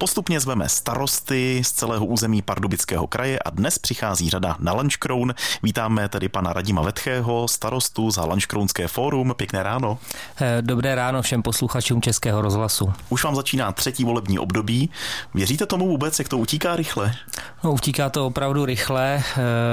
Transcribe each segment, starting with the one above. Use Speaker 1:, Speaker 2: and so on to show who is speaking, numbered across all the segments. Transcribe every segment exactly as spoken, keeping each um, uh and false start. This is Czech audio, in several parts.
Speaker 1: Postupně zveme starosty z celého území Pardubického kraje a dnes přichází řada na Lanškroun. Vítáme tedy pana Radima Vetchého, starostu za Lanškrounské fórum. Pěkné ráno.
Speaker 2: Dobré ráno všem posluchačům Českého rozhlasu.
Speaker 1: Už vám začíná třetí volební období. Věříte tomu vůbec, jak to utíká rychle?
Speaker 2: No, utíká to opravdu rychle,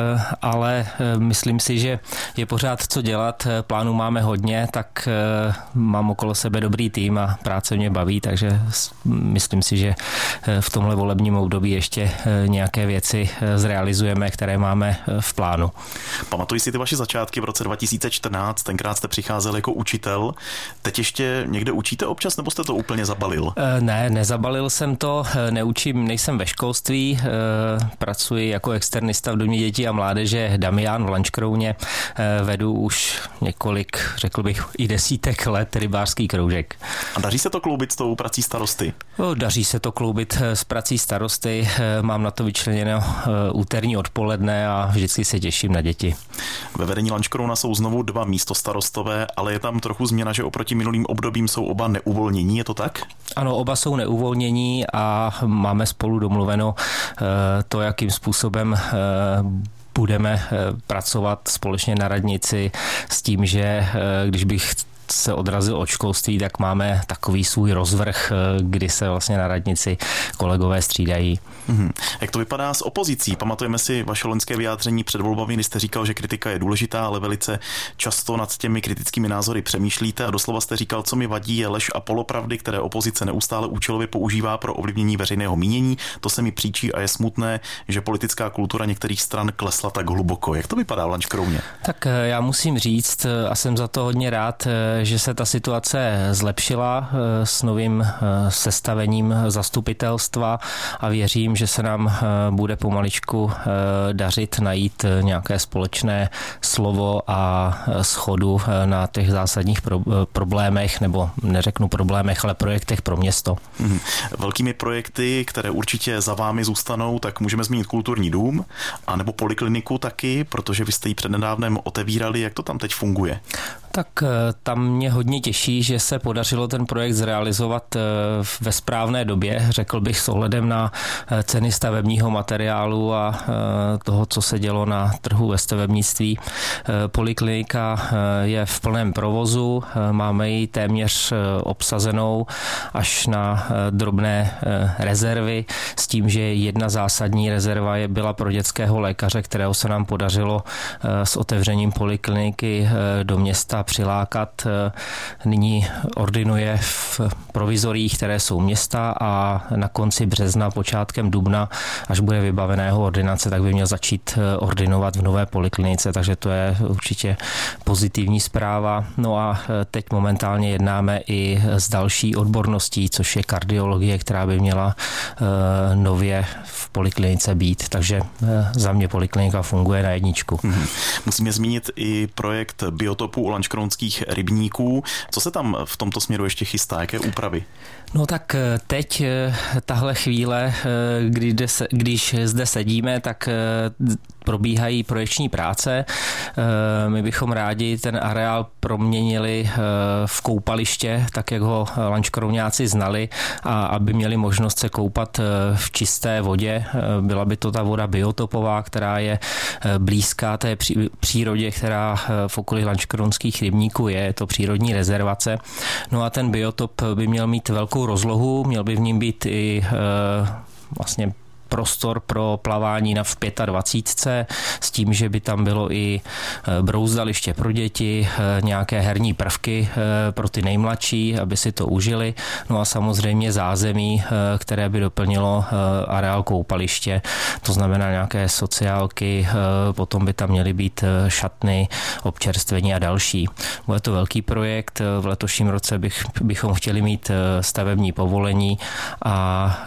Speaker 2: ale myslím si, že je pořád co dělat. Plánů máme hodně, tak mám okolo sebe dobrý tým a práce mě baví, takže myslím si, že v tomhle volebním období ještě nějaké věci zrealizujeme, které máme v plánu.
Speaker 1: Pamatuji si ty vaše začátky v roce dva tisíce čtrnáct, tenkrát jste přicházel jako učitel. Teď ještě někde učíte občas, nebo jste to úplně zabalil?
Speaker 2: Ne, nezabalil jsem to, neučím, nejsem ve školství, pracuji jako externista v Domě dětí a mládeže Damián v Lanškrouně, vedu už několik, řekl bych, i desítek let rybářský kroužek.
Speaker 1: A daří se to kloubit s tou prací starosty?
Speaker 2: Daří se to kloubit s prací starosty, mám na to vyčleněno úterní odpoledne a vždycky se těším na děti.
Speaker 1: Ve vedení Lanškrouna jsou znovu dva místostarostové, ale je tam trochu změna, že oproti minulým obdobím jsou oba neuvolnění, je to tak?
Speaker 2: Ano, oba jsou neuvolnění a máme spolu domluveno to, jakým způsobem budeme pracovat společně na radnici s tím, že když bych se odrazil od školství, tak máme takový svůj rozvrh, kdy se vlastně na radnici kolegové střídají.
Speaker 1: Hmm. Jak to vypadá s opozicí? Pamatujeme si vaše loňské vyjádření před volbami, kdy jste říkal, že kritika je důležitá, ale velice často nad těmi kritickými názory přemýšlíte a doslova jste říkal, co mi vadí, je lež a polopravdy, které opozice neustále účelově používá pro ovlivnění veřejného mínění. To se mi příčí a je smutné, že politická kultura některých stran klesla tak hluboko. Jak to vypadá v Lanškrouně?
Speaker 2: Tak já musím říct, a jsem za to hodně rád, že se ta situace zlepšila s novým sestavením zastupitelstva a věřím, že se nám bude pomaličku dařit najít nějaké společné slovo a shodu na těch zásadních pro, problémech, nebo neřeknu problémech, ale projektech pro město.
Speaker 1: Hmm. Velkými projekty, které určitě za vámi zůstanou, tak můžeme zmínit kulturní dům, anebo polikliniku taky, protože vy jste ji přednedávnem otevírali. Jak to tam teď funguje?
Speaker 2: Tak tam mě hodně těší, že se podařilo ten projekt zrealizovat ve správné době, řekl bych s ohledem na ceny stavebního materiálu a toho, co se dělo na trhu ve stavebnictví. Poliklinika je v plném provozu, máme ji téměř obsazenou až na drobné rezervy, s tím, že jedna zásadní rezerva je byla pro dětského lékaře, kterého se nám podařilo s otevřením polikliniky do města přilákat. Nyní ordinuje v provizoriích, které jsou města a na konci března, počátkem dubna, až bude vybaveného ordinace, tak by měl začít ordinovat v nové poliklinice, takže to je určitě pozitivní zpráva. No a teď momentálně jednáme i s další odborností, což je kardiologie, která by měla nově v poliklinice být, takže za mě poliklinika funguje na jedničku.
Speaker 1: Hmm. Musíme zmínit i projekt biotopu u lanškrounských rybníků. Co se tam v tomto směru ještě chystá? Jaké úpravy?
Speaker 2: No tak teď tahle chvíle, kdy se, když zde sedíme, tak probíhají projekční práce. My bychom rádi ten areál proměnili v koupaliště, tak jak ho lanškrouňáci znali, a aby měli možnost se koupat v čisté vodě. Byla by to ta voda biotopová, která je blízká té přírodě, která v okolí lanškrounských rybníků je. Je to přírodní rezervace. No a ten biotop by měl mít velkou rozlohu, měl by v ním být i vlastně prostor pro plavání na v dvacítce pět s tím, že by tam bylo i brouzdaliště pro děti, nějaké herní prvky pro ty nejmladší, aby si to užili. No a samozřejmě zázemí, které by doplnilo areál koupaliště, to znamená nějaké sociálky, potom by tam měly být šatny, občerstvení a další. Bude to velký projekt, v letošním roce bych, bychom chtěli mít stavební povolení a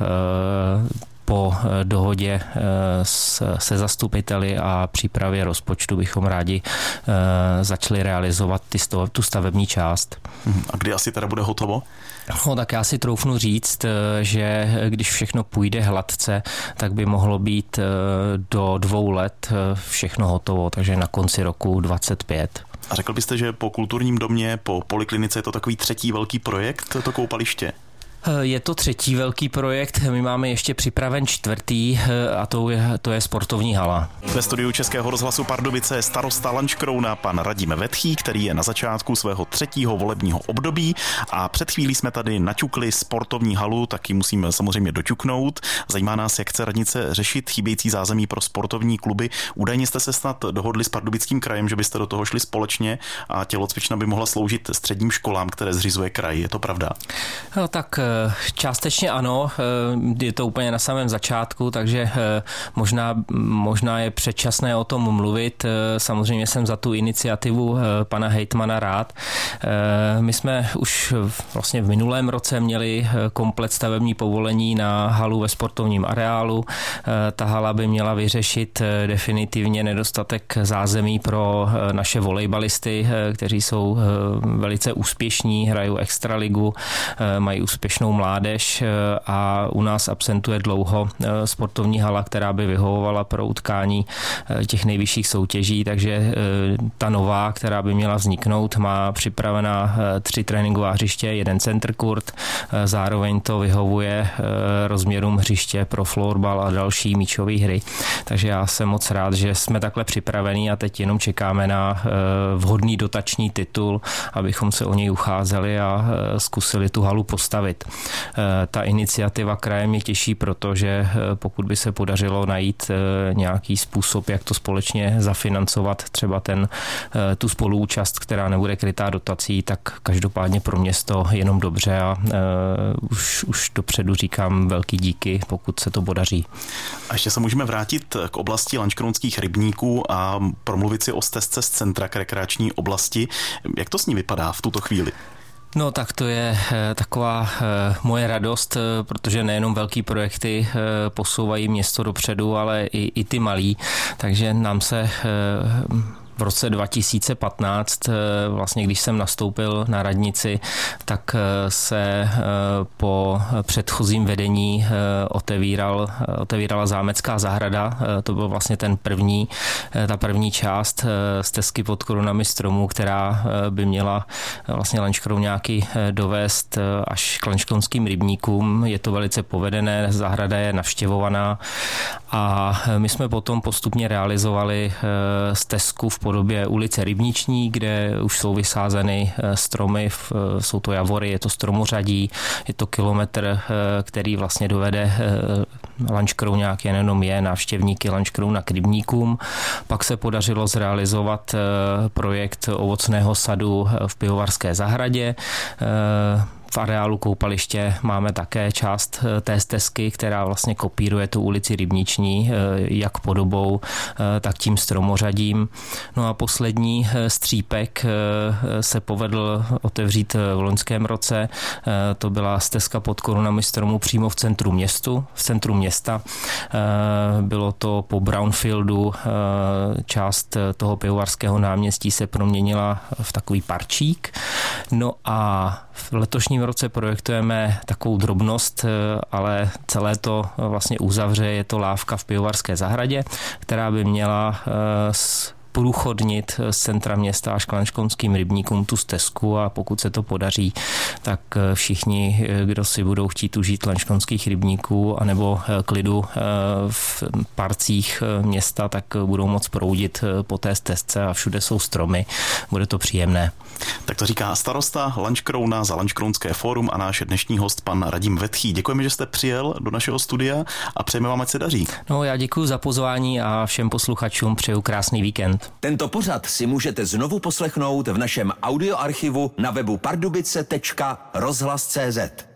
Speaker 2: po dohodě se zastupiteli a přípravě rozpočtu bychom rádi začali realizovat tu stavební část.
Speaker 1: A kdy asi teda bude hotovo?
Speaker 2: No, tak já si troufnu říct, že když všechno půjde hladce, tak by mohlo být do dvou let všechno hotovo, takže na konci roku dvacet pět.
Speaker 1: A řekl byste, že po kulturním domě, po poliklinice je to takový třetí velký projekt, to koupaliště?
Speaker 2: Je to třetí velký projekt, my máme ještě připraven čtvrtý a to je, to je sportovní hala.
Speaker 1: Ve studiu Českého rozhlasu Pardubice je starosta Lanškrouna pan Radim Vetchý, který je na začátku svého třetího volebního období a před chvílí jsme tady naťukli sportovní halu, taky musíme samozřejmě doťuknout. Zajímá nás, jak chce radnice řešit chybějící zázemí pro sportovní kluby. Údajně jste se snad dohodli s Pardubickým krajem, že byste do toho šli společně a tělocvična by mohla sloužit středním školám, které zřizuje kraj. Je to pravda?
Speaker 2: No, tak částečně ano, je to úplně na samém začátku, takže možná, možná je předčasné o tom mluvit. Samozřejmě jsem za tu iniciativu pana hejtmana rád. My jsme už vlastně v minulém roce měli komplet stavební povolení na halu ve sportovním areálu. Ta hala by měla vyřešit definitivně nedostatek zázemí pro naše volejbalisty, kteří jsou velice úspěšní, hrajou extraligu, mají úspěšnou mládež a u nás absentuje dlouho sportovní hala, která by vyhovovala pro utkání těch nejvyšších soutěží, takže ta nová, která by měla vzniknout, má připravená tři tréninková hřiště, jeden center court, zároveň to vyhovuje rozměrům hřiště pro florbal a další míčové hry. Takže já jsem moc rád, že jsme takhle připravení a teď jenom čekáme na vhodný dotační titul, abychom se o něj ucházeli a zkusili tu halu postavit. Ta iniciativa kraje mě těší, protože pokud by se podařilo najít nějaký způsob, jak to společně zafinancovat, třeba ten, tu spoluúčast, která nebude krytá dotací, tak každopádně pro město jenom dobře a už, už dopředu říkám velký díky, pokud se to podaří.
Speaker 1: A ještě se můžeme vrátit k oblasti lanškrounských rybníků a promluvit si o stezce z centra k rekreační oblasti. Jak to s ní vypadá v tuto chvíli?
Speaker 2: No tak to je taková moje radost, protože nejenom velký projekty posouvají město dopředu, ale i, i ty malý, takže nám se v roce dva tisíce patnáct, vlastně když jsem nastoupil na radnici, tak se po předchozím vedení otevíral, otevírala zámecká zahrada. To byl vlastně ten první, ta první část stezky pod korunami stromů, která by měla vlastně Lanškrouňáky dovést až k lanškrounským rybníkům. Je to velice povedené, zahrada je navštěvovaná a my jsme potom postupně realizovali stezku v podobě ulice Rybniční, kde už jsou vysázeny stromy, jsou to javory, je to stromořadí, je to kilometr, který vlastně dovede Lanškrouňák jenom je, návštěvníky Lanškrouna k rybníkům. Pak se podařilo zrealizovat projekt ovocného sadu v Pivovarské zahradě. V areálu koupaliště máme také část té stezky, která vlastně kopíruje tu ulici Rybniční, jak podobou, tak tím stromořadím. No a poslední střípek se povedl otevřít v loňském roce. To byla stezka pod korunami stromů přímo v centru městu, v centru města. Bylo to po brownfieldu, část toho Pivovarského náměstí se proměnila v takový parčík. No a v letošním roce projektujeme takovou drobnost, ale celé to vlastně uzavře, je to lávka v Pivovarské zahradě, která by měla s průchodnit z centra města až k lanškrounským rybníkům tu stezku a pokud se to podaří, tak všichni, kdo si budou chtít užít lanškrounských rybníků anebo klidu v parcích města, tak budou moc proudit po té stezce a všude jsou stromy. Bude to příjemné.
Speaker 1: Tak to říká starosta Lanškrouna za Lanškrounské fórum a náš dnešní host pan Radim Vetchý. Děkujeme, že jste přijel do našeho studia a přejeme vám, ať se daří.
Speaker 2: No, já děkuji za pozvání a všem posluchačům přeju krásný víkend.
Speaker 3: Tento pořad si můžete znovu poslechnout v našem audioarchivu na webu pardubice tečka rozhlas tečka cé zet.